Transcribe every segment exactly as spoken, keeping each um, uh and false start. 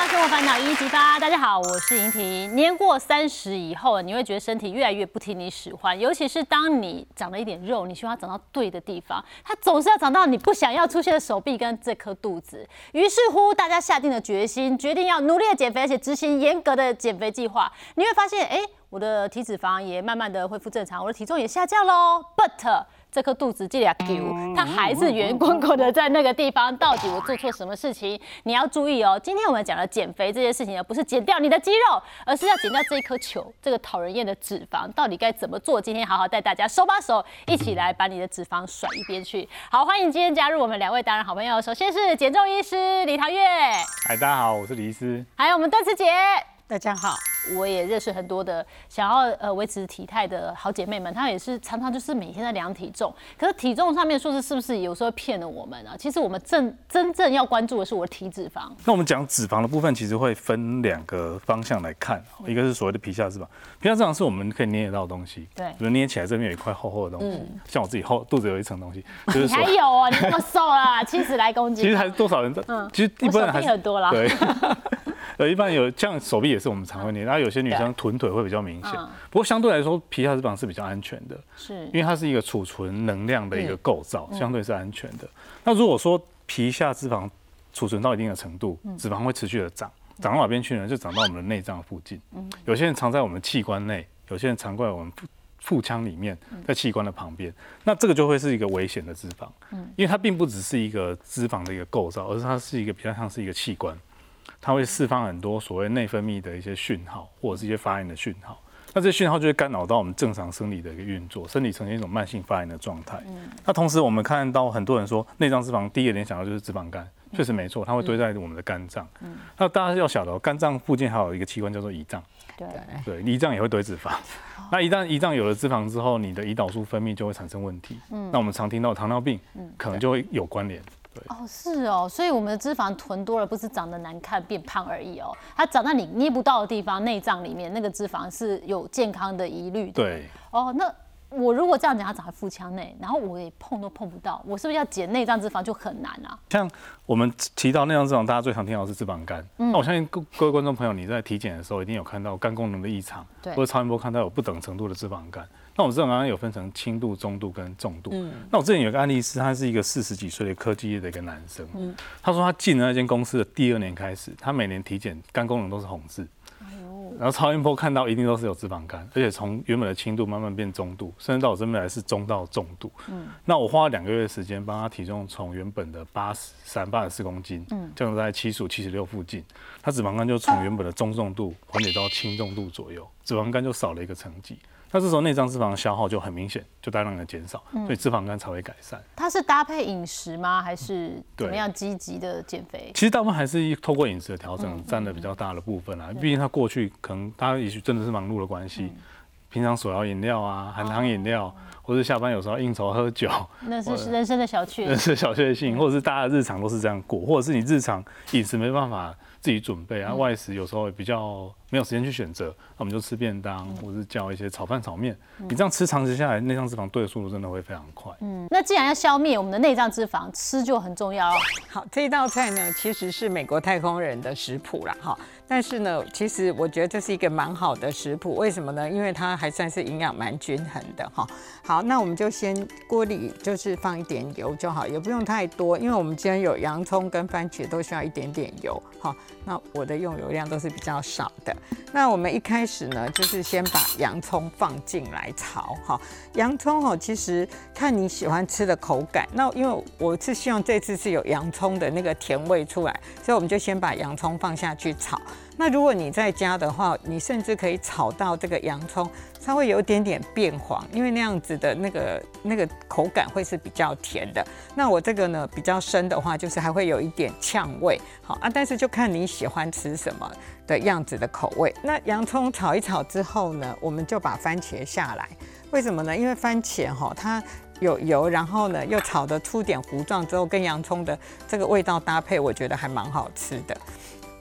生活烦恼一一激发，大家好，我是莹婷。年过三十以后，你会觉得身体越来越不听你使唤，尤其是当你长了一点肉，你希望它长到对的地方，它总是要长到你不想要出现的手臂跟这颗肚子。于是乎，大家下定了决心，决定要努力的减肥，而且执行严格的减肥计划。你会发现，哎、欸，我的体脂肪也慢慢的恢复正常，我的体重也下降喽。But 这颗肚子这俩球，它还是圆滚滚的在那个地方。到底我做错什么事情？你要注意哦。今天我们讲的减肥这件事情呢，不是减掉你的肌肉，而是要减掉这一颗球，这个讨人厌的脂肪。到底该怎么做？今天好好带大家手把手一起来把你的脂肪甩一边去。好，欢迎今天加入我们两位达人好朋友。首先是减重医师李桃月， 嗨，大家好，我是李医师。 还有我们段慈姐。 大家好， 我也认识很多的想要呃维持体态的好姐妹们，她也是常常就是每天在量体重，可是体重上面数字是不是有时候骗了我们啊？其实我们正真正要关注的是我的体脂肪。 那我们讲脂肪的部分，其实会分两个方向来看，一个是所谓的皮下脂肪，皮下脂肪是我们可以捏得到的东西， 对， 比如捏起来这边有一块厚厚的东西，嗯、像我自己后肚子有一层东西，就是你还有啊，你那么瘦啦，七十来公斤， 其实还是多少人，嗯，其实一般人还是很多啦， 对。呃，一般有像手臂也是我们常会捏，然后有些女生臀腿会比较明显。嗯、不过相对来说，皮下脂肪是比较安全的， 是因为它是一个储存能量的一个构造，嗯、相对是安全的。那如果说皮下脂肪储存到一定的程度，脂肪会持续的长，长到哪边去呢？就长到我们的内脏附近。嗯、有些人藏在我们器官内，有些人藏在我们腹腹腔里面，在器官的旁边。那这个就会是一个危险的脂肪，嗯、因为它并不只是一个脂肪的一个构造，而是它是一个比较像是一个器官。它会释放很多所谓内分泌的一些讯号，或者是一些发炎的讯号。那这些讯号就会干扰到我们正常生理的一个运作，身体呈现一种慢性发炎的状态。嗯、那同时我们看到很多人说内脏脂肪，第一个联想到就是脂肪肝，确实没错，它会堆在我们的肝脏。嗯、那大家要晓得，肝脏附近还有一个器官叫做胰脏。 对， 对，胰脏也会堆脂肪。那一旦胰脏有了脂肪之后，你的胰岛素分泌就会产生问题。嗯、那我们常听到糖尿病，嗯、可能就会有关联。 哦，是哦，所以我们的脂肪囤多了，不是长得难看变胖而已哦，它长在你捏不到的地方，内脏里面那个脂肪是有健康的疑虑的。 对， 哦，那我如果这样讲，它长在腹腔内，然后我也碰都碰不到，我是不是要减内脏脂肪就很难啊？ 像我们提到内脏脂肪，大家最常听到的是脂肪肝。嗯、那我相信各各位观众朋友，你在体检的时候一定有看到肝功能的异常，或者超音波看到有不等程度的脂肪肝。那我们脂肪肝有分成轻度、中度跟重度。嗯、那我之前有个案例是，他是一个四十几岁的科技业的一个男生。嗯、他说他进了那间公司的第二年开始，他每年体检肝功能都是红字。然后超音波看到一定都是有脂肪肝，而且从原本的轻度慢慢变中度，甚至到我这边来是中到重度。嗯、那我花了两个月的时间帮他体重从原本的八十三、八十四公斤，嗯、降到在七十五、七十六附近，他脂肪肝就从原本的中重度缓解到轻重度左右，脂肪肝就少了一个层级。那这时候内脏脂肪的消耗就很明显，就大量的减少，所以脂肪肝才会改善。 它是搭配饮食吗？还是怎么样积极的减肥？ 其实大部分还是透过饮食的调整占了比较大的部分啦。毕竟他过去可能大家也许真的是忙碌的关系，嗯、平常手摇饮料啊、含糖饮料，哦、或者下班有时候应酬喝酒， 那是人生的小确幸， 人生的小确幸，或者是大家的日常都是这样过，或者是你日常饮食没办法自己准备啊，外食有时候也比较没有时间去选择，那我们就吃便当，或者是叫一些炒饭、炒面。你这样吃长期下来，内脏脂肪对的速度真的会非常快。 嗯，那既然要消灭我们的内脏脂肪，吃就很重要。 好，这一道菜呢，其实是美国太空人的食谱啦，哈。但是呢，其实我觉得这是一个蛮好的食谱，为什么呢？因为它还算是营养蛮均衡的哈。好，那我们就先锅里就是放一点油就好，也不用太多，因为我们今天有洋葱跟番茄都需要一点点油哈。那我的用油量都是比较少的。那我们一开始呢，就是先把洋葱放进来炒哈。洋葱哦，其实看你喜欢吃的口感。那因为我是希望这次是有洋葱的那个甜味出来，所以我们就先把洋葱放下去炒。那如果你在家的话，你甚至可以炒到这个洋葱稍微有一点点变黄，因为那样子的那个那个口感会是比较甜的。那我这个呢比较深的话，就是还会有一点呛味，好啊，但是就看你喜欢吃什么的样子的口味。那洋葱炒一炒之后呢，我们就把番茄下来。为什么呢？因为番茄哈它有油，然后呢又炒得出点糊状之后，跟洋葱的这个味道搭配，我觉得还蛮好吃的。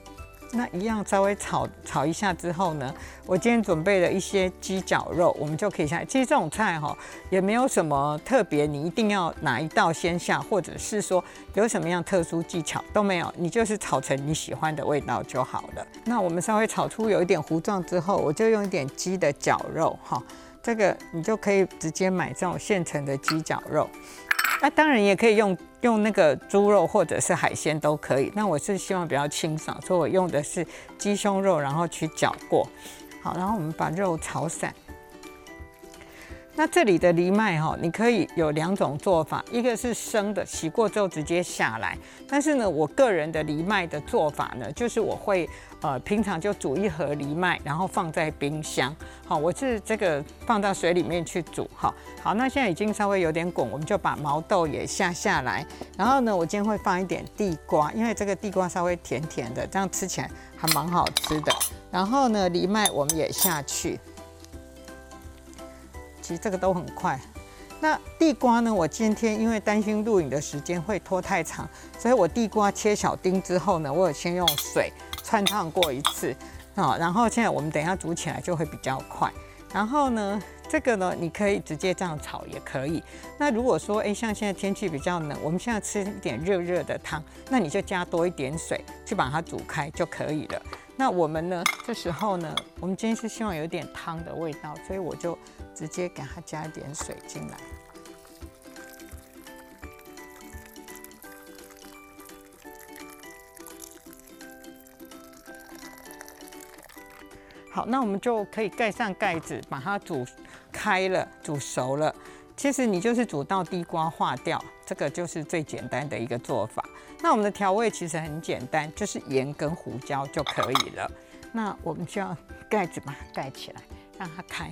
那一样稍微炒炒一下之后呢，我今天准备了一些鸡脚肉，我们就可以下。其实这种菜哈也没有什么特别，你一定要哪一道先下，或者是说有什么样特殊技巧都没有，你就是炒成你喜欢的味道就好了。那我们稍微炒出有一点糊状之后，我就用一点鸡的绞肉哈，这个你就可以直接买这种现成的鸡绞肉。那、啊、当然也可以用用那个猪肉或者是海鲜都可以。那我是希望比较清爽，所以我用的是鸡胸肉，然后去绞过。好，然后我们把肉炒散。那这里的藜麦哈，你可以有两种做法，一个是生的，洗过之后直接下来。但是呢，我个人的藜麦的做法呢，就是我会呃平常就煮一盒藜麦，然后放在冰箱。好，我是这个放到水里面去煮。好，好，那现在已经稍微有点滚，我们就把毛豆也下下来。然后呢，我今天会放一点地瓜，因为这个地瓜稍微甜甜的，这样吃起来还蛮好吃的。然后呢，藜麦我们也下去。其实这个都很快。那地瓜呢？我今天因为担心录影的时间会拖太长，所以我地瓜切小丁之后呢，我有先用水汆烫过一次啊。然后现在我们等一下煮起来就会比较快。然后呢，这个呢，你可以直接这样炒也可以。那如果说，哎，像现在天气比较冷，我们现在吃一点热热的汤，那你就加多一点水去把它煮开就可以了。那我们呢，这时候呢，我们今天是希望有点汤的味道，所以我就直接给它加一点水进来。好，那我们就可以盖上盖子，把它煮开了，煮熟了。其实你就是煮到地瓜化掉，这个就是最简单的一个做法。那我们的调味其实很简单，就是盐跟胡椒就可以了。那我们就要盖子把它盖起来，让它开。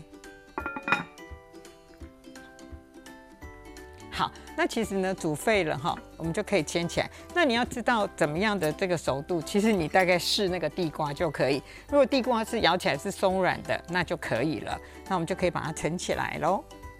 好，那其实呢煮沸了哈，我们就可以牵起来。那你要知道怎么样的这个熟度，其实你大概试那个地瓜就可以。如果地瓜是咬起来是松软的，那就可以了。那我们就可以把它盛起来咯。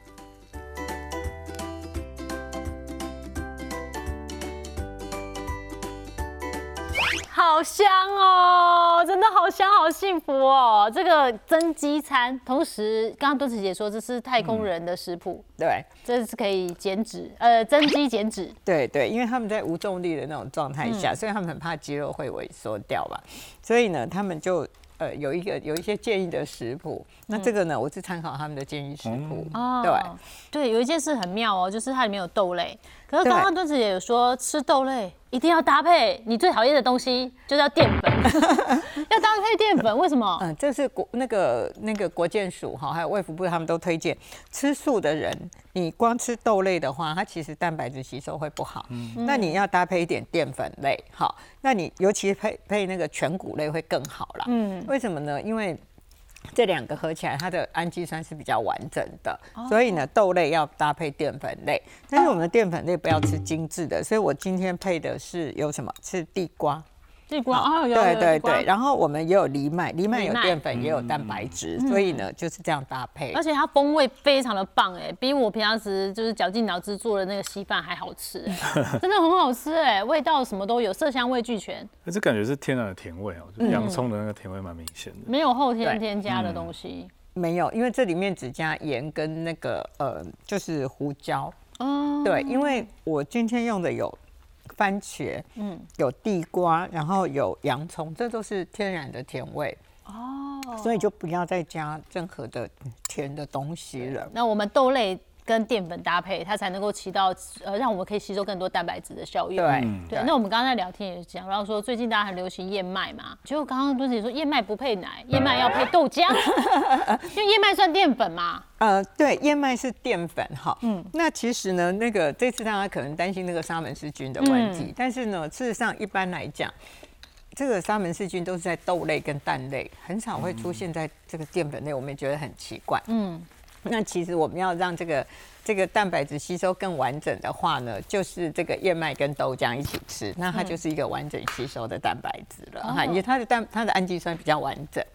好香哦，真的好香，好幸福哦！这个增肌餐，同时刚刚敦慈姐说这是太空人的食谱， 嗯，对， 这是可以减脂，呃，增肌减脂。 对对，因为他们在无重力的那种状态下，嗯，所以他们很怕肌肉会萎缩掉吧，所以呢，他们就呃有一个有一些建议的食谱。那这个呢，我是参考他们的建议食谱。 哦， 对对，有一件事很妙哦，就是它里面有豆类，可是刚刚敦慈姐有说吃豆类一定要搭配你最讨厌的东西，就是要淀粉，要搭配淀粉，为什么？ 嗯，这是国那个那个国健署哈，还有卫福部他们都推荐，吃素的人，你光吃豆类的话，它其实蛋白质吸收会不好。嗯，那你要搭配一点淀粉类，好，那你尤其配配那个全谷类会更好啦。嗯，为什么呢？因为这两个合起来，它的氨基酸是比较完整的，哦，所以呢，豆类要搭配淀粉类，但是我们的淀粉类不要吃精致的，所以我今天配的是有什么？是地瓜。 地瓜啊，有对对对，然后我们也有藜麦，藜麦有淀粉也有蛋白质，嗯，所以呢就是这样搭配。 而且它风味非常的棒哎，比我平常时就是绞尽脑汁做的那个稀饭还好吃哎，真的很好吃哎，味道什么都有，色香味俱全。 这感觉是天然的甜味哦，就洋葱的那个甜味蛮明显的， 没有后天添加的东西。 嗯，没有，因为这里面只加盐跟那个呃就是胡椒。哦，对，因为我今天用的有番茄，嗯，有地瓜，然后有洋葱，这都是天然的甜味哦，所以就不要再加任何的甜的东西了。 那我们豆类跟淀粉搭配，它才能够起到呃让我们可以吸收更多蛋白质的效用。 对对。那我们刚刚在聊天也讲到说，最近大家很流行燕麦嘛，结果刚刚敦慈姐说燕麦不配奶，燕麦要配豆浆，因为燕麦算淀粉嘛。 呃，对，燕麦是淀粉哈。嗯，那其实呢，那个这次大家可能担心那个沙门氏菌的问题，嗯，但是呢，事实上一般来讲，这个沙门氏菌都是在豆类跟蛋类，很少会出现在这个淀粉类，我们也觉得很奇怪。嗯，那其实我们要让这个这个蛋白质吸收更完整的话呢，就是这个燕麦跟豆浆一起吃，那它就是一个完整吸收的蛋白质了哈，因为它的蛋它的氨基酸比较完整。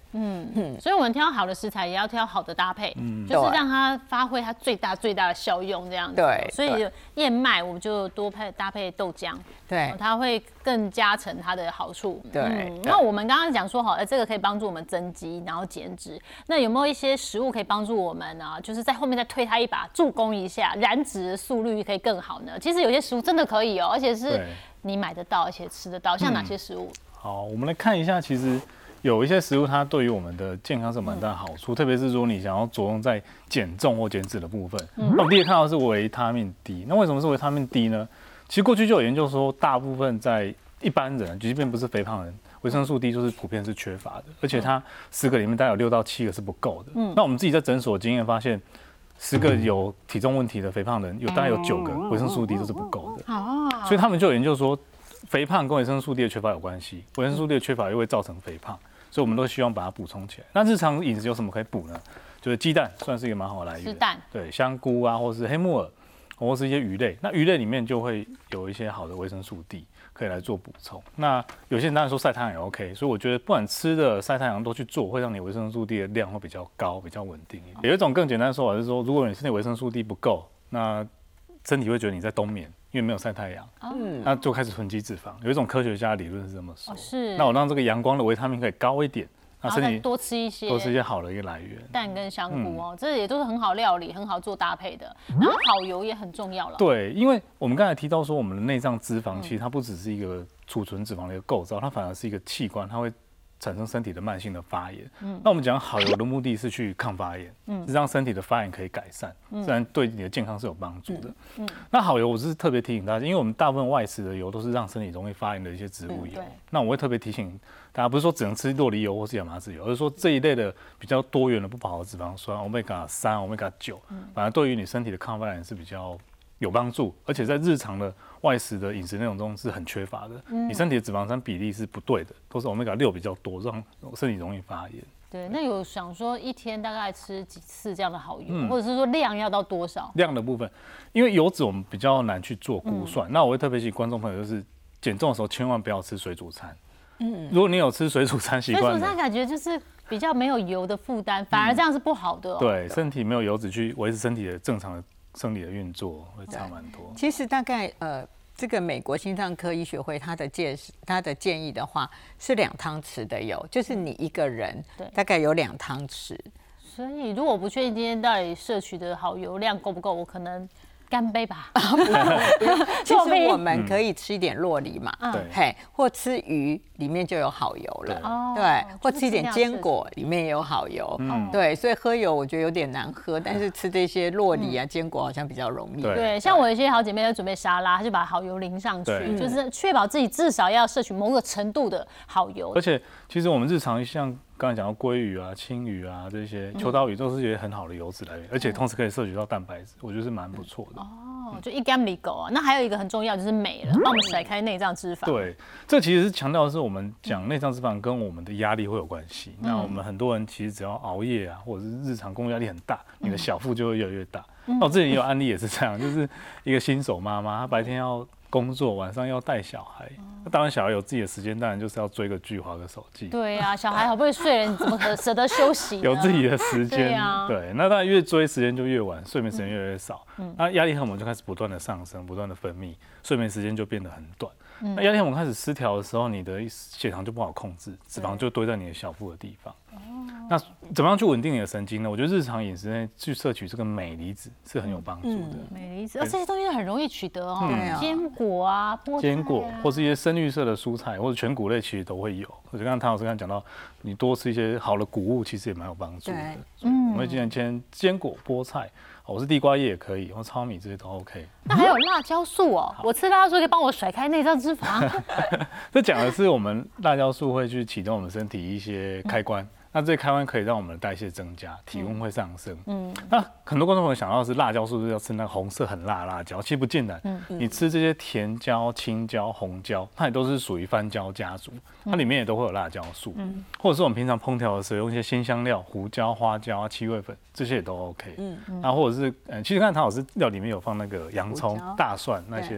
嗯嗯，所以我们挑好的食材，也要挑好的搭配，嗯，就是让它发挥它最大最大的效用，这样子。 对， 所以燕麦我们就多配搭配豆浆， 对， 它会更加成它的好处。 对， 嗯，那我们刚刚讲说好，呃，这个可以帮助我们增肌，然后减脂。那有没有一些食物可以帮助我们呢？就是在后面再推它一把，助攻一下，燃脂的速率可以更好呢？其实有些食物真的可以哦，而且是你买得到，而且吃得到。像哪些食物？ 嗯、好，我们来看一下，其实。有一些食物，它对于我们的健康是有蛮大的好处，嗯、特别是如果你想要着重在减重或减脂的部分。嗯、那我们第一个看到的是维他命 D。那为什么是维他命 D 呢？其实过去就有研究说，大部分在一般人，即便不是肥胖人，维生素 D 就是普遍是缺乏的，而且它十个里面大概有六到七个是不够的。嗯、那我们自己在诊所经验发现，十个有体重问题的肥胖人，有大概有九个维生素 D 都是不够的。哦，所以他们就有研究说，肥胖跟维生素 D 的缺乏有关系，维生素 D 的缺乏又会造成肥胖。所以我们都希望把它补充起来。那日常饮食有什么可以补呢？就是鸡蛋算是一个蛮好的来源。 吃蛋。对， 香菇啊，或是黑木耳，或是一些鱼类。那鱼类里面就会有一些好的维生素 D 可以来做补充。那有些人当然说晒太阳也 OK， 所以我觉得不管吃的晒太阳都去做，会让你维生素 D 的量会比较高，比较稳定一点。有一种更简单的说法是说，如果你身体维生素 D 不够，那身体会觉得你在冬眠。因为没有晒太阳，嗯，那就开始囤积脂肪。有一种科学家的理论是这么说，哦、是。那我让这个阳光的维他命可以高一点， 那身体多吃一些， 多吃一些好的一个来源。 蛋跟香菇哦，嗯、这也都是很好料理、很好做搭配的。然后好油也很重要了。 对，因为我们刚才提到说，我们的内脏脂肪其实它不只是一个储存脂肪的一个构造，它反而是一个器官，它会产生身体的慢性的发炎。嗯，那我们讲好油的目的是去抗发炎，嗯，是让身体的发炎可以改善，自然对你的健康是有帮助的。嗯，那好油我是特别提醒大家，因为我们大部分外食的油都是让身体容易发炎的一些植物油。那我会特别提醒大家，不是说只能吃酪梨油或是亚麻籽油，而是说这一类的比较多元的不饱和脂肪酸 ，omega 三、omega 九，反而对于你身体的抗发炎是比较有帮助，而且在日常的外食的饮食内容中是很缺乏的。嗯、你身体的脂肪酸比例是不对的，都是 omega 六比较多，让身体容易发炎。 对，那有想说一天大概吃几次这样的好油，嗯、或者是说量要到多少？ 量的部分，因为油脂我们比较难去做估算，嗯、那我会特别提醒观众朋友，就是减重的时候千万不要吃水煮餐。嗯，如果你有吃水煮餐习惯， 水煮餐感觉就是比较没有油的负担，反而这样是不好的、哦嗯。 对，身体没有油脂去维持身体的正常的生理的运作，会差蛮多。 其实大概呃。这个美国心脏科医学会它的建它的建议的话是两汤匙的油，就是你一个人大概有两汤匙。 所以如果我不确定今天到底摄取的好油量够不够，我可能干杯吧。 其实我们可以吃一点酪梨嘛，嗯、嘿，或吃鱼里面就有好油了，对，对，或吃一点坚果里面也有好油，嗯、对，所以喝油我觉得有点难喝，但是吃这些酪梨啊、坚果好像比较容易。 对，对像我有些好姐妹在准备沙拉，她就把好油淋上去，就是确保自己至少要摄取某个程度的好油。 而且其实我们日常像刚才讲到鲑鱼啊、青鱼啊这些秋刀鱼都是一些很好的油脂来源，而且同时可以摄取到蛋白质，我觉得是蛮不错的。 哦，就一干里狗啊。那还有一个很重要就是镁了，帮我们甩开内脏脂肪。 对，这其实是强调的是我们讲内脏脂肪跟我们的压力会有关系。那我们很多人其实只要熬夜啊，或者是日常工作压力很大，你的小腹就会越来越大。那我之前也有案例也是这样，就是一个新手妈妈，她白天要工作，晚上要带小孩，那当然小孩有自己的时间，当然就是要追个剧、滑个手机。 对啊，小孩好不容易睡了，你怎么舍得休息呢？ 有自己的时间， 对啊， 对，那当然越追时间就越晚，睡眠时间越来越少，嗯、那压力荷尔蒙就开始不断的上升，不断的分泌，睡眠时间就变得很短。嗯、那压力荷尔蒙开始失调的时候，你的血糖就不好控制，脂肪就堆在你的小腹的地方。那怎么样去稳定你的神经呢？我觉得日常饮食内去摄取这个镁离子是很有帮助的。 镁离子，而这些东西很容易取得哦，嗯、坚果啊、菠菜啊、 坚果或是一些深绿色的蔬菜或者全谷类，其实都会有。或者刚刚谭老师刚才讲到，你多吃一些好的谷物，其实也蛮有帮助的。嗯，我们今天先坚果、菠菜，我是地瓜叶也可以，或糙米这些都 OK。 那还有辣椒素哦，我吃辣椒素可以帮我甩开内脏脂肪。 这讲的是我们辣椒素会去启动我们身体一些开关。嗯那这开关可以让我们的代谢增加，体温会上升。嗯，那很多观众朋友想到的是辣椒是不是要吃那个红色很辣的辣椒？其实不尽然。嗯，你吃这些甜椒、青椒、红椒，它也都是属于番椒家族，它里面也都会有辣椒素。嗯，或者是我们平常烹调的时候用一些鲜香料，胡椒、花椒、七味粉，这些也都 OK。嗯嗯，那或者是嗯，其实刚才唐老师料里面有放那个洋葱、大蒜那些。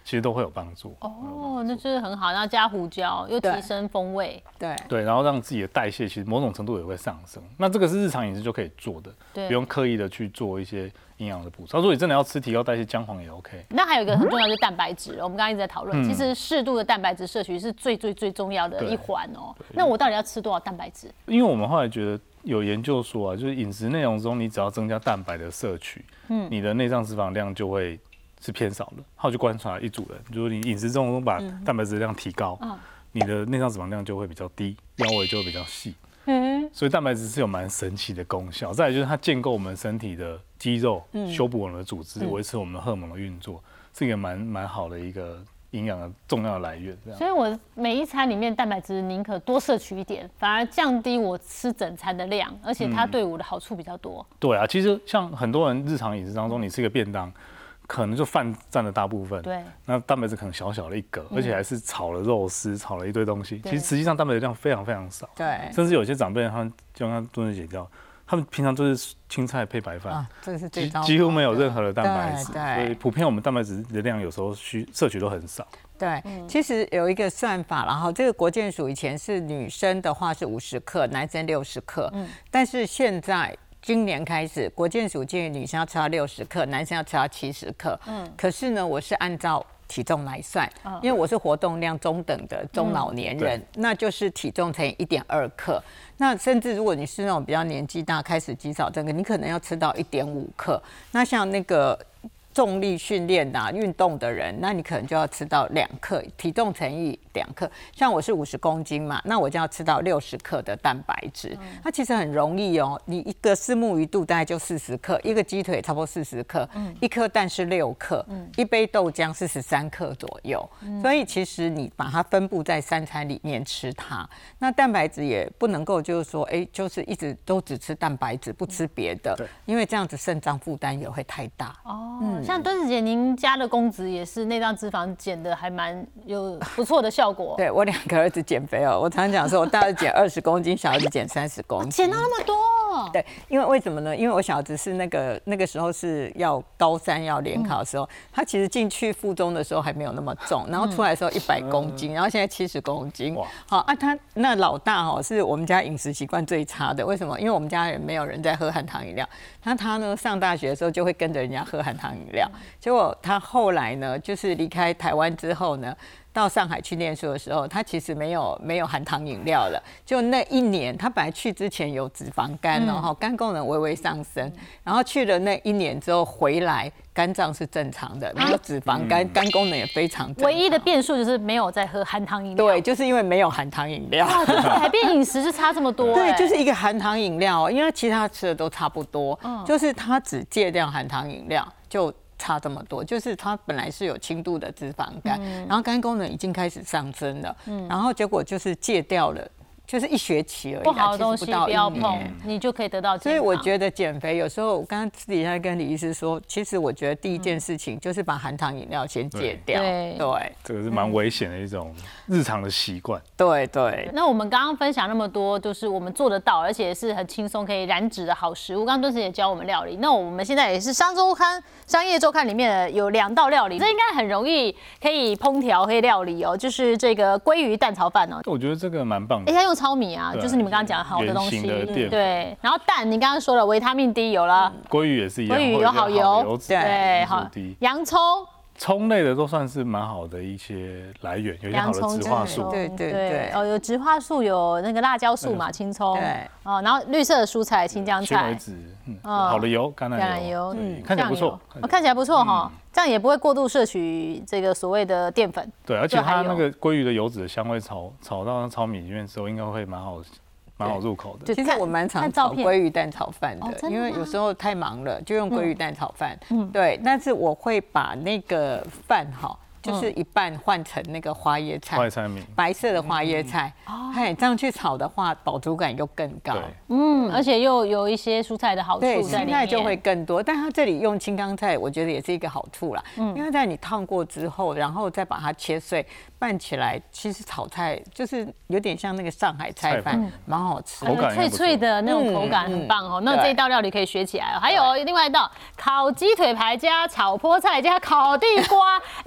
其实都会有帮助。 哦，那就是很好，然后加胡椒又提升风味。 对对，然后让自己的代谢其实某种程度也会上升。那这个是日常饮食就可以做的，不用刻意的去做一些营养的补充。如果你真的要吃提高代谢，姜黄也 OK。 那还有一个很重要就是蛋白质，我们刚刚一直在讨论，其实适度的蛋白质摄取是最最最重要的一环哦。那我到底要吃多少蛋白质？ 因为我们后来觉得有研究说啊，就是饮食内容中，你只要增加蛋白的摄取，嗯，你的内脏脂肪量就会是偏少的。他就观察一组人，就是你饮食中把蛋白质量提高，嗯，你的内脏脂肪量就会比较低，腰围就会比较细。嗯，所以蛋白质是有蛮神奇的功效。再来就是它建构我们身体的肌肉，嗯、修补我们的组织，维持我们的荷尔蒙的运作，是一个蛮蛮好的一个营养的重要的来源。 所以我每一餐里面蛋白质宁可多摄取一点，反而降低我吃整餐的量，而且它对我的好处比较多。 嗯、对啊，其实像很多人日常饮食当中，你吃一个便当，可能就饭占了大部分，对，那蛋白质可能小小的一格，嗯、而且还是炒了肉丝，炒了一堆东西。其实实际上蛋白质量非常非常少，对，甚至有些长辈他们就像杜姐教，他们平常都是青菜配白饭，啊， 这个是最糟糕的， 几乎没有任何的蛋白质，所以普遍我们蛋白质的量有时候需摄取都很少。 对，其实有一个算法，然后这个国健署以前是女生的话是五十克，男生六十克，嗯，但是现在。今年开始，国健署建议女生要吃到六十克，男生要吃到七十克。嗯，可是呢，我是按照体重来算，嗯、因为我是活动量中等的中老年人，嗯、那就是体重乘以一点二克。那甚至如果你是那种比较年纪大，开始肌少症的，你可能要吃到一点五克。那像那个。重力训练啊，运动的人，那你可能就要吃到两克，体重乘以两克。像我是五十公斤嘛，那我就要吃到六十克的蛋白质。嗯、它其实很容易哦，你一个虱目鱼肚大概就四十克，一个鸡腿差不多四十克，嗯、一颗蛋是六克，嗯、一杯豆浆是十三克左右。嗯、所以其实你把它分布在三餐里面吃它，那蛋白质也不能够就是说，哎，就是一直都只吃蛋白质，不吃别的，嗯、因为这样子肾脏负担也会太大。 哦，嗯。像敦子姐，您家的公子也是内脏脂肪减的还蛮有不错的效果。 对我两个儿子减肥哦，我常常讲说，我大儿子减二十公斤，小儿子减三十公斤， 减到那么多。 对，因为为什么呢？因为我小儿子是那个那个时候是要高三要联考的时候，嗯、他其实进去附中的时候还没有那么重，然后出来的时候一百公斤，嗯、然后现在七十公斤。好啊，他那老大哦是我们家饮食习惯最差的，为什么？因为我们家人没有人在喝含糖饮料，那他呢上大学的时候就会跟着人家喝含糖饮料。结果他后来呢，就是离开台湾之后呢，到上海去念书的时候，他其实没有没有含糖饮料了。就那一年，他本来去之前有脂肪肝，然后肝功能微微上升，然后去了那一年之后回来，肝脏是正常的，没有脂肪肝，肝功能也非常正常。 唯一的变数就是没有在喝含糖饮料。 对，就是因为没有含糖饮料。 哇，改变饮食就差这么多。 对，就是一个含糖饮料，因为其他吃的都差不多，嗯、就是他只戒掉含糖饮料就。差这么多，就是他本来是有轻度的脂肪肝，嗯、然后肝功能已经开始上升了，嗯、然后结果就是戒掉了。就是一学期而已， 不好的东西不要碰，你就可以得到健康。 所以我觉得减肥有时候，我刚刚私底下跟李医师说，其实我觉得第一件事情就是把含糖饮料先戒掉。对，对， 这个是蛮危险的一种日常的习惯。 对对。 那我们刚刚分享那么多，就是我们做得到，而且是很轻松可以燃脂的好食物。刚刚敦子也教我们料理，那我们现在也是商周刊、商业周刊里面有两道料理，这应该很容易可以烹调、可以料理哦，就是这个鲑鱼蛋炒饭哦。 我觉得这个蛮棒的。 哎，它用糙米啊，就是你们刚刚讲好的东西，对。然后蛋，你刚刚说了维他命 D 有了， 鲑鱼也是一样， 鲑鱼有好油， 对， 好。洋葱， 葱类的都算是蛮好的一些来源，有些好的植化素， 对对对， 哦，有植化素，有那个辣椒素嘛，青葱，对，哦，然后绿色的蔬菜，青江菜， 纤维质，嗯，好的油，橄榄油，嗯，看起来不错， 看起来不错哈。这样也不会过度摄取这个所谓的淀粉。 对，而且它那个鲑鱼的油脂的香味炒炒到那糙米里面的时候，应该会蛮好蛮好入口的。 其实我蛮常炒鲑鱼蛋炒饭的，因为有时候太忙了，就用鲑鱼蛋炒饭。嗯，对，但是我会把那个饭哈。就是一半换成那个花椰菜， 花菜米， 白色的花椰菜，哎，这样去炒的话，饱足感又更高。 嗯，而且又有一些蔬菜的好处在里面， 对，青菜就会更多。但它这里用青江菜，我觉得也是一个好处啦。嗯，因为在你烫过之后，然后再把它切碎拌起来，其实炒菜就是有点像那个上海菜饭，蛮好吃， 口感脆脆的那种口感很棒哦。那这一道料理可以学起来哦。还有另外一道烤鸡腿排加炒菠菜加烤地瓜，哎，看起来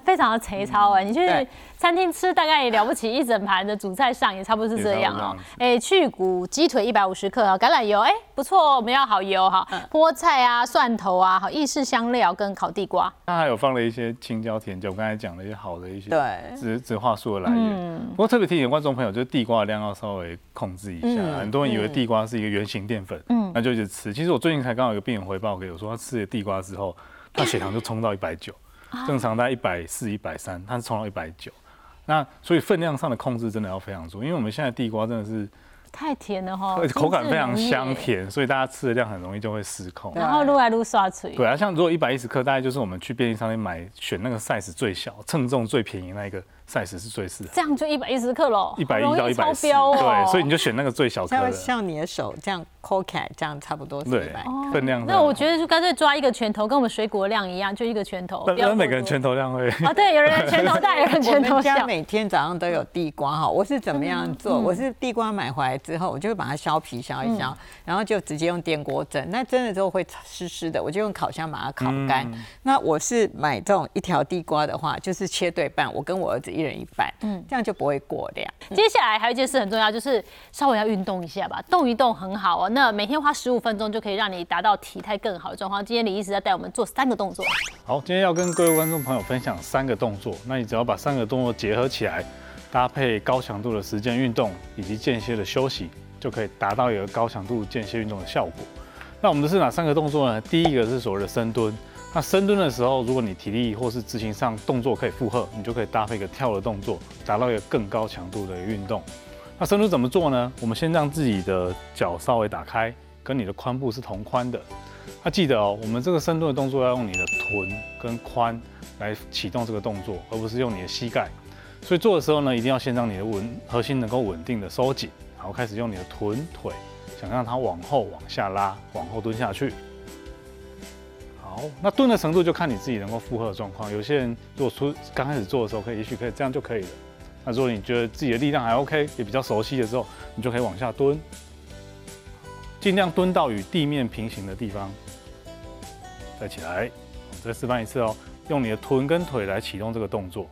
非常的粗糙哎，你去餐厅吃大概也了不起一整盘的主菜上也差不多是这样哦。哎，去骨鸡腿一百五十克哈，橄榄油哎不错，我们要好油哈，菠菜啊、蒜头啊、好意式香料跟烤地瓜。 它还有放了一些青椒、甜椒，我刚才讲了一些好的一些对植植化素的来源。不过特别提醒观众朋友，就是地瓜的量要稍微控制一下。很多人以为地瓜是一个圆形淀粉，嗯，那就一直吃。其实我最近才刚好有个病人回报给我说，他吃了地瓜之后，他血糖就冲到一百九，正常大概一百四、一百三，他是冲到一百九。那所以分量上的控制真的要非常注意，因为我们现在地瓜真的是太甜了哈， 口感非常香甜，所以大家吃的量很容易就会失控， 然后撸来撸刷嘴。 对啊，像如果一百一十克，大概就是我们去便利商店买选那个 size 最小、称重最便宜那一个 size 是最适合。 这样就一百一十克喽， 一百一到一百四， 哦、 对，所以你就选那个最小颗的。 像你的手这样抠起来，这样差不多是一百克分量。 那我觉得就干脆抓一个拳头，跟我们水果量一样，就一个拳头。 那每个人拳头量会啊，对，有人拳头大，有人拳头小。 我们家每天早上都有地瓜哈，我是怎么样做？我是地瓜买回来之后，我就会把它削皮削一削，嗯、然后就直接用电锅蒸。那蒸了之后会湿湿的，我就用烤箱把它烤干。嗯、那我是买这种一条地瓜的话，就是切对半，我跟我儿子一人一半，嗯，这样就不会过量。 嗯、接下来还有一件事很重要，就是稍微要运动一下吧，动一动很好哦。那每天花十五分钟就可以让你达到体态更好的状况。今天李医师要带我们做三个动作。 好，今天要跟各位观众朋友分享三个动作，那你只要把三个动作结合起来，搭配高强度的实践运动以及间歇的休息，就可以达到一个高强度间歇运动的效果。那我们的是哪三个动作呢？第一个是所谓的深蹲。那深蹲的时候，如果你体力或是执行上动作可以负荷，你就可以搭配一个跳的动作，达到一个更高强度的运动。那深蹲怎么做呢？我们先让自己的脚稍微打开，跟你的髋部是同宽的。那记得哦，我们这个深蹲的动作要用你的臀跟髋来启动这个动作，而不是用你的膝盖。所以做的时候呢，一定要先让你的稳核心能够稳定的收紧，然后开始用你的臀腿，想让它往后往下拉，往后蹲下去。好，那蹲的程度就看你自己能够负荷的状况。有些人如果出刚开始做的时候，可以也许可以这样就可以了。那如果你觉得自己的力量还 OK， 也比较熟悉的时候，你就可以往下蹲，尽量蹲到与地面平行的地方，再起来。再示范一次哦，用你的臀跟腿来启动这个动作。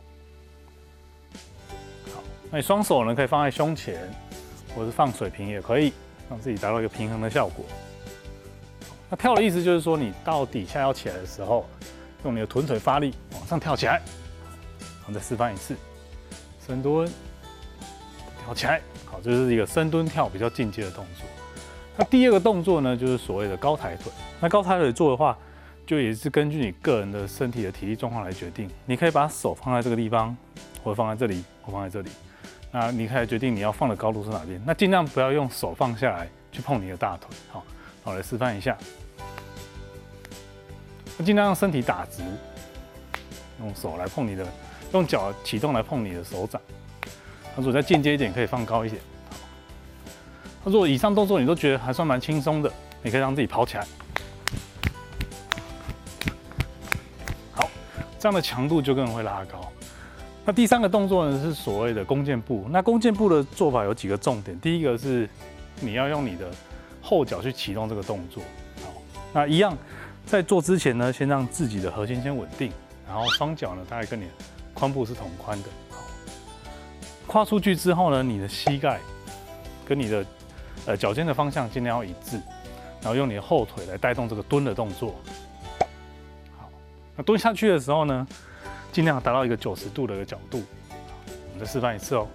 好，那你双手呢可以放在胸前，或是放水平也可以，让自己达到一个平衡的效果。那跳的意思就是说，你到底下要起来的时候，用你的臀腿发力往上跳起来。好，再示范一次，深蹲，跳起来。好，这就是一个深蹲跳比较进阶的动作。那第二个动作呢，就是所谓的高抬腿。那高抬腿做的话，就也是根据你个人的身体的体力状况来决定。你可以把手放在这个地方，或者放在这里，或放在这里。那你可以决定你要放的高度是哪边。那尽量不要用手放下来去碰你的大腿。好，好，来示范一下。尽量让身体打直，用手来碰你的，用脚启动来碰你的手掌。那如果再进阶一点，可以放高一点。那如果以上动作你都觉得还算蛮轻松的，你可以让自己跑起来。好，这样的强度就更会拉高。那第三个动作呢是所谓的弓箭步。那弓箭步的做法有几个重点，第一个是你要用你的后脚去启动这个动作。好，那一样。在做之前呢，先让自己的核心先稳定，然后双脚呢大概跟你的髋部是同宽的。好，跨出去之后呢，你的膝盖跟你的呃脚尖的方向尽量要一致，然后用你的后腿来带动这个蹲的动作。好，那蹲下去的时候呢，尽量达到一个九十度的一个角度。我们再示范一次哦。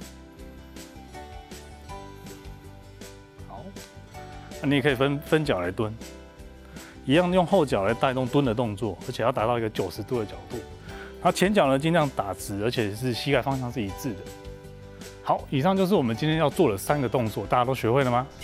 好，那你也可以分分脚来蹲。一样用后脚来带动蹲的动作，而且要达到一个九十度的角度。然后前脚呢尽量打直，而且是膝盖方向是一致的。好，以上就是我们今天要做的三个动作，大家都学会了吗？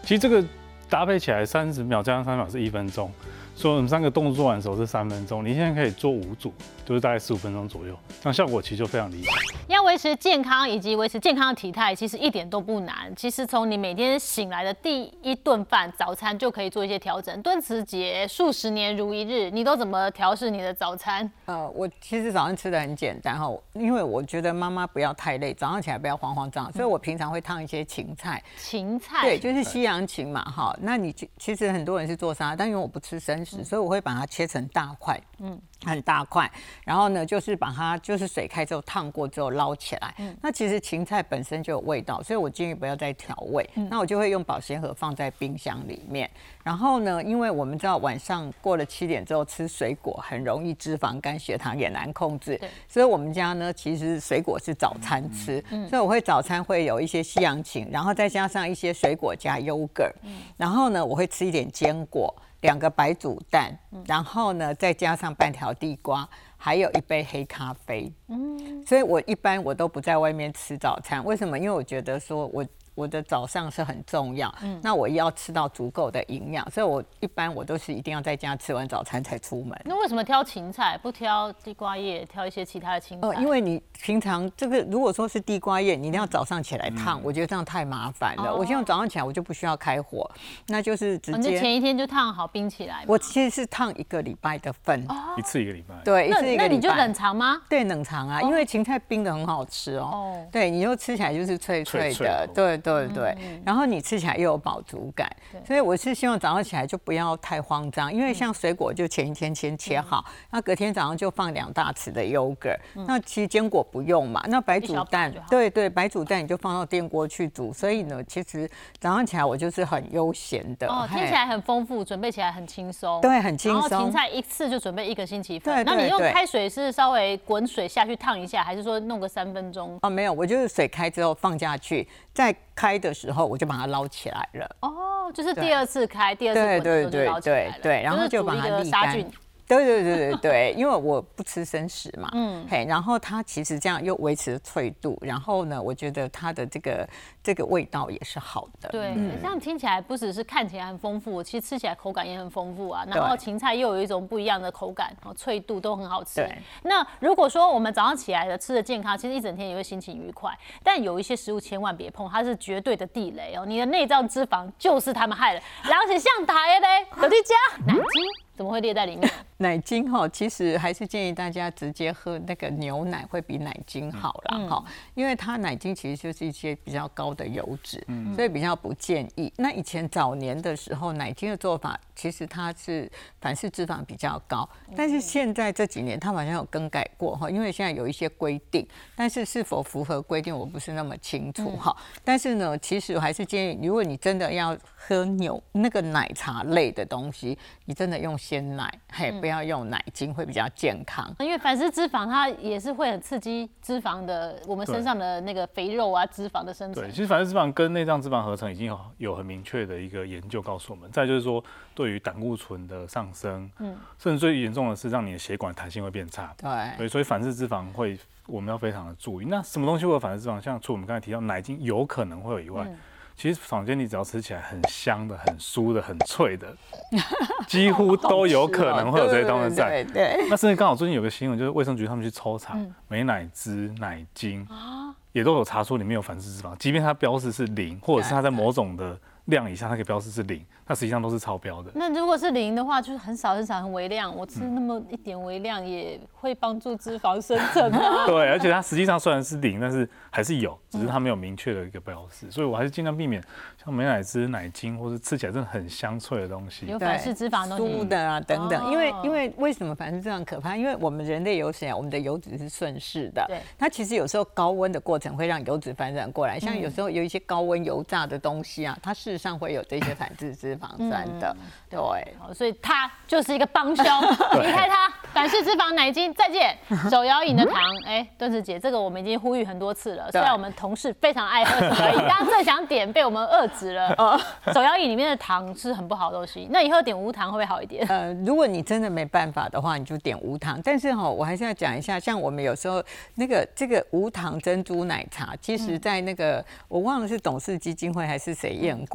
其实这个搭配起来三十秒加上三十秒是一分钟，所以我们三个动作做完的时候是三分钟。你现在可以做五组，就是大概十五分钟左右，这样效果其实就非常理想。 要维持健康以及维持健康的体态，其实一点都不难。其实从你每天醒来的第一顿饭早餐就可以做一些调整。敦慈姐数十年如一日，你都怎么调试你的早餐？ 呃，我其实早上吃的很简单哈，因为我觉得妈妈不要太累，早上起来不要慌慌张，所以我平常会烫一些芹菜。 芹菜， 对，就是西洋芹嘛哈。那你其实很多人是做沙拉，但因为我不吃生食，所以我会把它切成大块，嗯，很大块。然后呢，就是把它就是水开之后烫过之后捞起来。嗯、那其实芹菜本身就有味道，所以我建议不要再调味。嗯、那我就会用保鲜盒放在冰箱里面。然后呢，因为我们知道晚上过了七点之后吃水果很容易脂肪肝，血糖也难控制，所以我们家呢其实水果是早餐吃，嗯、所以我会早餐会有一些西洋芹，然后再加上一些水果加 yogurt，嗯、然后呢我会吃一点坚果，两个白煮蛋，嗯、然后呢再加上半条地瓜。还有一杯黑咖啡，嗯，所以我一般我都不在外面吃早餐，为什么？因为我觉得说我我的早上是很重要，嗯，那我要吃到足够的营养，所以我一般我都是一定要在家吃完早餐才出门。 那为什么挑芹菜，不挑地瓜叶，挑一些其他的青菜？呃， 因为你平常这个如果说是地瓜叶，你一定要早上起来烫，嗯、我觉得这样太麻烦了。哦、我希望早上起来我就不需要开火，那就是直接、 哦、前一天就烫好冰起来。 我其实是烫一个礼拜的份， 哦、一次一个礼拜。 对，一次一个礼拜。 那你就冷藏吗？ 对，冷藏啊，哦、因为芹菜冰的很好吃哦。哦，对，你就吃起来就是脆脆的，脆脆对对对。嗯然后你吃起来又有饱足感，所以我是希望早上起来就不要太慌张，因为像水果就前一天先切好，嗯、那隔天早上就放两大匙的 yogurt，嗯、那其实坚果不用嘛，那白煮蛋，对对，白煮蛋你就放到电锅去煮，所以呢，其实早上起来我就是很悠闲的， 哦，听起来很丰富，准备起来很轻松， 对，很轻松。 然后芹菜一次就准备一个星期份，对对对，那你用开水是稍微滚水下去烫一下，还是说弄个三分钟？ 哦，没有，我就是水开之后放下去，再开的时候我就把它捞起来了。 哦，就是第二次开，第二次滚的时候就捞起来了， 对对对，然后就把它沥干。对对对对对，因为我不吃生食嘛，嗯，嘿，然后它其实这样又维持了脆度，然后呢，我觉得它的这个这个味道也是好的。 对，嗯、这样听起来不只是看起来很丰富，其实吃起来口感也很丰富啊。然后芹菜又有一种不一样的口感，然后脆度都很好吃。对。那如果说我们早上起来的吃的健康，其实一整天也会心情愉快。但有一些食物千万别碰，它是绝对的地雷哦。你的内脏脂肪就是他们害的。然后是像台的嘞，有的加奶精。怎么会列在里面？ 奶精哈，其实还是建议大家直接喝那个牛奶会比奶精好啦哈，嗯、因为它奶精其实就是一些比较高的油脂，嗯、所以比较不建议。那以前早年的时候，奶精的做法其实它是反式脂肪比较高，但是现在这几年它好像有更改过哈，因为现在有一些规定，但是是否符合规定我不是那么清楚哈。嗯、但是呢，其实我还是建议，如果你真的要喝牛那个奶茶类的东西，你真的用鲜奶，嘿，不要用奶精，会比较健康。 因为反式脂肪它也是会很刺激脂肪的，我们身上的那个肥肉啊、脂肪的生成。 对，其实反式脂肪跟内脏脂肪合成已经有有很明确的一个研究告诉我们。再就是说，对于胆固醇的上升，嗯，甚至最严重的是让你的血管弹性会变差。 对， 对，所以反式脂肪会我们要非常的注意。那什么东西会有反式脂肪？像除我们刚才提到奶精有可能会有以外。嗯其实坊间你只要吃起来很香的、很酥的、很脆的，几乎都有可能会有这些东西在。 对对对。 那甚至刚好最近有个新闻，就是卫生局他们去抽查美乃滋、奶精，也都有查出里面有反式脂肪，即便它标示是零，或者是它在某种的量以下，它可以标示是零，它实际上都是超标的。 那如果是零的话，就是很少很少很微量，我吃那么一点微量也会帮助脂肪生成啊。 对，而且它实际上虽然是零，但是还是有，只是它没有明确的一个标示，所以我还是尽量避免像美乃滋、奶精或是吃起来真的很香脆的东西， 有反式脂肪的东西， 酥的啊等等。因为因为为什么反式脂肪可怕？因为我们人类有血，我们的油脂是顺势的，对，它其实有时候高温的过程会让油脂反转过来，像有时候有一些高温油炸的东西啊，它事实上会有这些反式脂肪酸的，嗯、对， 所以它就是一个帮凶，离开它，反式脂肪奶精再见。手摇饮的糖，哎、欸，敦慈姐，这个我们已经呼吁很多次了，虽然我们同事非常爱喝手摇饮，刚刚正想点被我们遏制了。手摇饮里面的糖是很不好的东西，那以后点无糖会不会好一点？ 呃，如果你真的没办法的话，你就点无糖。但是哈，我还是要讲一下，像我们有时候那个这个无糖珍珠奶茶，其实在那个、嗯、我忘了是董事基金会还是谁验过。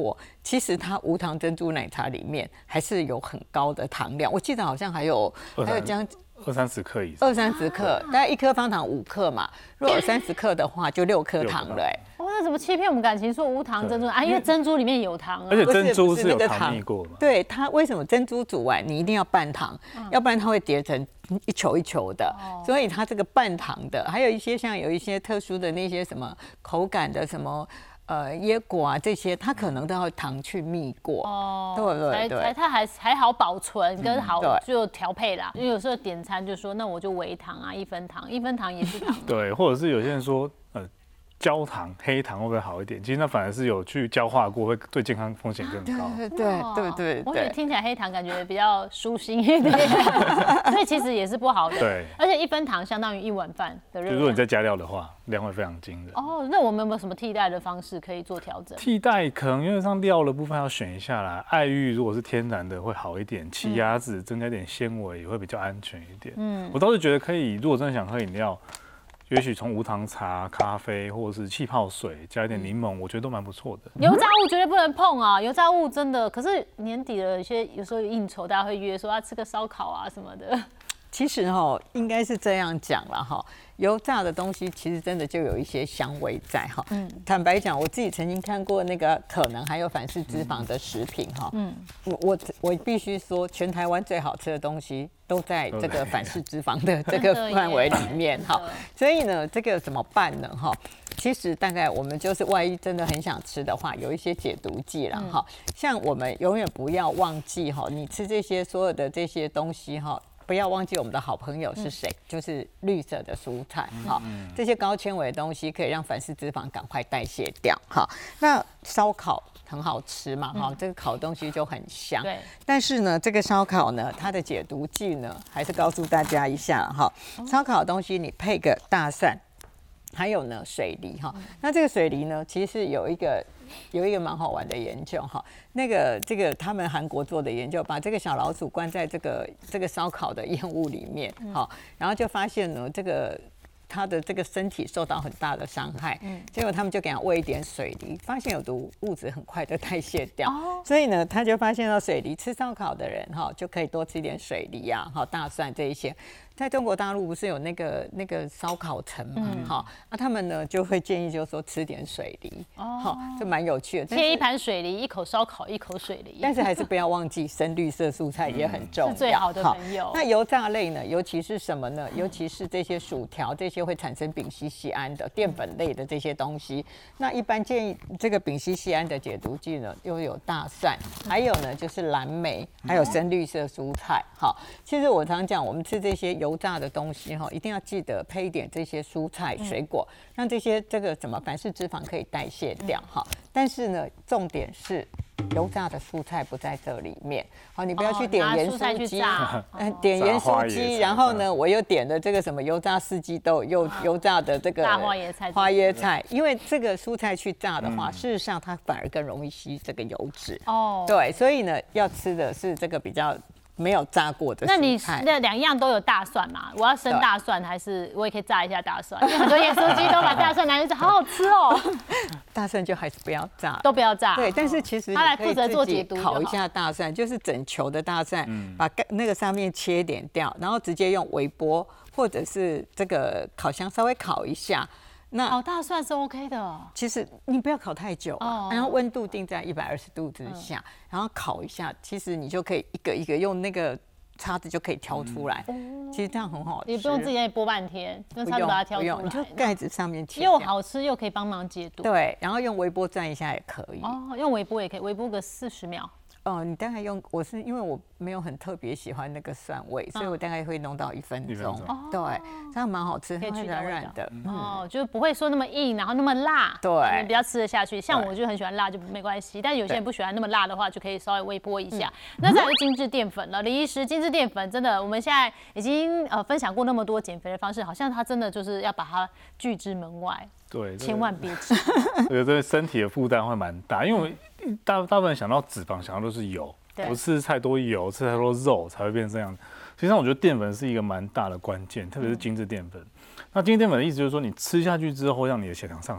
过，其实它无糖珍珠奶茶里面还是有很高的糖量，我记得好像还有还有将二三十克以上， 二三十克，大概一颗方糖五克嘛，如果三十克的话就六颗糖了、欸。 哦，那怎么欺骗我们感情说无糖珍珠啊？因为珍珠里面有糖啊， 而且珍珠是有糖蜜过嘛。 对，它为什么珍珠煮完你一定要半糖，嗯、要不然它会叠成一球一球的，哦、所以它这个半糖的，还有一些像有一些特殊的那些什么口感的什么。呃，椰果啊这些，它可能都要糖去蜜过，哦，对对对， 才它还还好保存跟好就调配啦。因为有时候点餐就说，那我就微糖啊，一分糖，一分糖也是糖。 对，或者是有些人说，呃。焦糖、黑糖会不会好一点？其实那反而是有去焦化过，会对健康风险更高。 对对对对， 我觉得听起来黑糖感觉比较舒心一点，所以其实也是不好的。 对， 而且一分糖相当于一碗饭的热量。 如果你再加料的话，量会非常惊人。 哦，那我们有没有什么替代的方式可以做调整？ 替代可能因为像料的部分要选一下啦。爱玉如果是天然的会好一点，奇亚籽增加点纤维也会比较安全一点。嗯，我倒是觉得可以，如果真的想喝饮料。也许从无糖茶、咖啡或者是气泡水加一点柠檬，我觉得都蛮不错的。 油炸物绝对不能碰啊！油炸物真的，可是年底了，有些有时候有应酬，大家会约说要吃个烧烤啊什么的。 其实哈，应该是这样讲啦哈。油炸的东西其实真的就有一些香味在哈。嗯，坦白讲，我自己曾经看过那个可能还有反式脂肪的食品哈。嗯，我我我必须说，全台湾最好吃的东西都在这个反式脂肪的这个范围里面哈。所以呢，这个怎么办呢哈？其实大概我们就是万一真的很想吃的话，有一些解毒剂啦哈。像我们永远不要忘记哈，你吃这些所有的这些东西哈。不要忘记我们的好朋友是谁，嗯、就是绿色的蔬菜哈、嗯。这些高纤维的东西可以让反式脂肪赶快代谢掉哈。那烧烤很好吃嘛哈、嗯，这个烤东西就很香。对。但是呢，这个烧烤呢，它的解毒剂呢，还是告诉大家一下哈。烧烤的东西你配个大蒜，还有呢水梨哈。那这个水梨呢，其实是有一个。有一个蛮好玩的研究哈，那个这个他们韩国做的研究，把这个小老鼠关在这个这个烧烤的烟雾里面，好，然后就发现呢，这个它的这个身体受到很大的伤害，嗯，结果他们就给它喂一点水梨，发现有毒物质很快就代谢掉，哦、所以呢，他就发现到水梨吃烧烤的人哈，就可以多吃一点水梨啊，哈，大蒜这一些。在中国大陆不是有那个那个烧烤城嘛，哈、嗯，那、啊、他们呢就会建议就是说吃点水梨，哦，就蛮有趣的。 切一盘水梨，一口烧烤，一口水梨。 但是还是不要忘记深绿色蔬菜也很重要， 是最好的朋友。 那油炸类呢，尤其是什么呢？尤其是这些薯条，这些会产生丙烯酰胺的淀粉类的这些东西。那一般建议这个丙烯酰胺的解毒剂呢，又有大蒜，还有呢就是蓝莓，还有深绿色蔬菜。好，其实我常讲，我们吃这些油炸的东西哈，一定要记得配一点这些蔬菜水果，让这些这个什么反式脂肪可以代谢掉哈。但是呢，重点是油炸的蔬菜不在这里面。好，你不要去点盐酥鸡，嗯，点盐酥鸡，然后呢，我又点了这个什么油炸四季豆，又油炸的这个大花椰菜， 花椰菜，因为这个蔬菜去炸的话，事实上它反而更容易吸这个油脂。哦，对，所以呢，要吃的是这个比较。没有炸过的蔬菜， 那你那两样都有大蒜嘛？我要生大蒜，还是我也可以炸一下大蒜？因为很多盐酥鸡都把大蒜拿去炸，好好吃哦。 大蒜就还是不要炸， 都不要炸。 对，但是其实他来负责做解毒， 烤一下大蒜，就是整球的大蒜，嗯、把那个上面切一点掉，然后直接用微波或者是这个烤箱稍微烤一下。 那烤大蒜是 OK 的， 其实你不要烤太久、啊，哦、然后温度定在一百二十度之下，嗯、然后烤一下，其实你就可以一个一个用那个叉子就可以挑出来，嗯、其实这样很好吃， 也不用自己在剥半天，用叉子把它挑出来， 你就盖子上面切， 又好吃又可以帮忙解毒。 对，然后用微波蘸一下也可以。 哦，用微波也可以，微波个四十秒。 哦，你大概用，我是因为我没有很特别喜欢那个蒜味，所以我大概会弄到一分钟。对，这样蛮好吃，会软软的。 哦，就是不会说那么硬，然后那么辣， 对， 比较吃得下去。像我就很喜欢辣，就没关系。但有些人不喜欢那么辣的话，就可以稍微微波一下。那再来是精致淀粉了，林医师，精致淀粉真的，我们现在已经呃分享过那么多减肥的方式，好像它真的就是要把它拒之门外。 对， 千万别吃。 对，对身体的负担会蛮大，因为大大部分人想到脂肪，想到都是油，我吃太多油，吃太多肉才会变成这样。实际上，我觉得淀粉是一个蛮大的关键，特别是精致淀粉。那精致淀粉的意思就是说，你吃下去之后，让你的血糖上升。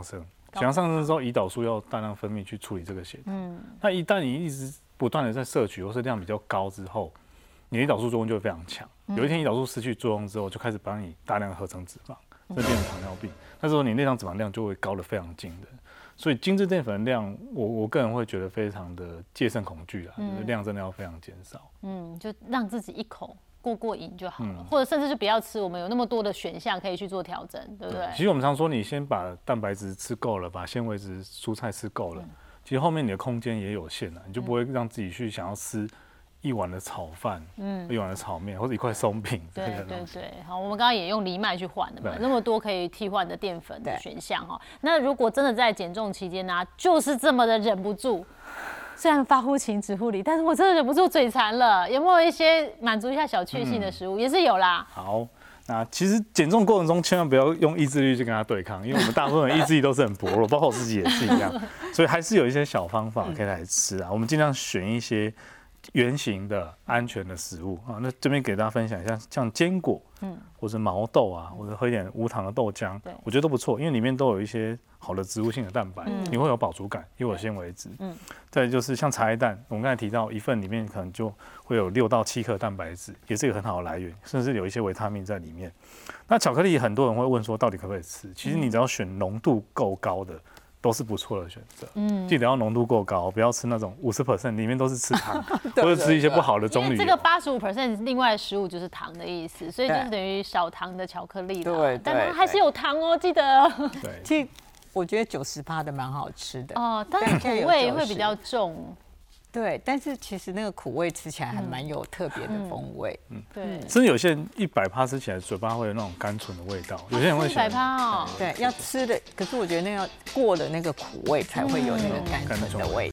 血糖上升之后，胰岛素要大量分泌去处理这个血糖。嗯，那一旦你一直不断的在摄取或是量比较高之后，你的胰岛素作用就会非常强。有一天胰岛素失去作用之后，就开始帮你大量合成脂肪，这变成糖尿病。那时候你内脏脂肪量就会高得非常惊人。所以精致淀粉的量，我我个人会觉得非常的戒慎恐惧啦，嗯、就是量真的要非常减少。 嗯，就让自己一口过过瘾就好了，嗯、或者甚至就不要吃，我们有那么多的选项可以去做调整，对不对？ 其实我们常说，你先把蛋白质吃够了，把纤维质、蔬菜吃够了，嗯、其实后面你的空间也有限了，你就不会让自己去想要吃一碗的炒饭，嗯，一碗的炒面，或者一块松饼。 对对对，好，我们刚刚也用藜麦去换的嘛，那么多可以替换的淀粉的选项哈。那如果真的在减重期间呢、啊，就是这么的忍不住，虽然发乎情止乎礼，但是我真的忍不住嘴馋了，有没有一些满足一下小确幸的食物？嗯、也是有啦。 好。那其实减重过程中千万不要用意志力去跟他对抗，因为我们大部分人意志力都是很薄弱，包括我自己也是一样，所以还是有一些小方法可以来吃啊。我们尽量选一些原型的安全的食物啊，那这边给大家分享一下，像坚果，嗯，或者毛豆啊，或者喝一点无糖的豆浆，我觉得都不错，因为里面都有一些好的植物性的蛋白，嗯、你会有饱足感，又有纤维质。嗯，再来就是像茶叶蛋，我们刚才提到一份里面可能就会有六到七克蛋白质，也是一个很好的来源，甚至有一些维他命在里面。那巧克力很多人会问说，到底可不可以吃？其实你只要选浓度够高的。都是不错的选择，嗯，记得要浓度够高，不要吃那种五十 percent 里面都是吃糖，或者吃一些不好的棕榈油。 这个八十五 percent 另外的食物就是糖的意思，所以就是等于少糖的巧克力了。对，但它还是有糖哦，记得。 对，其实我觉得九十趴的蛮好吃的哦，但是苦味会比较重。 对，但是其实那个苦味吃起来还蛮有特别的风味。 嗯，对。甚至有些人一百趴吃起来嘴巴会有那种甘醇的味道，有些人会一百趴哦。 对，要吃的，可是我觉得那要过了那个苦味才会有那个甘醇的味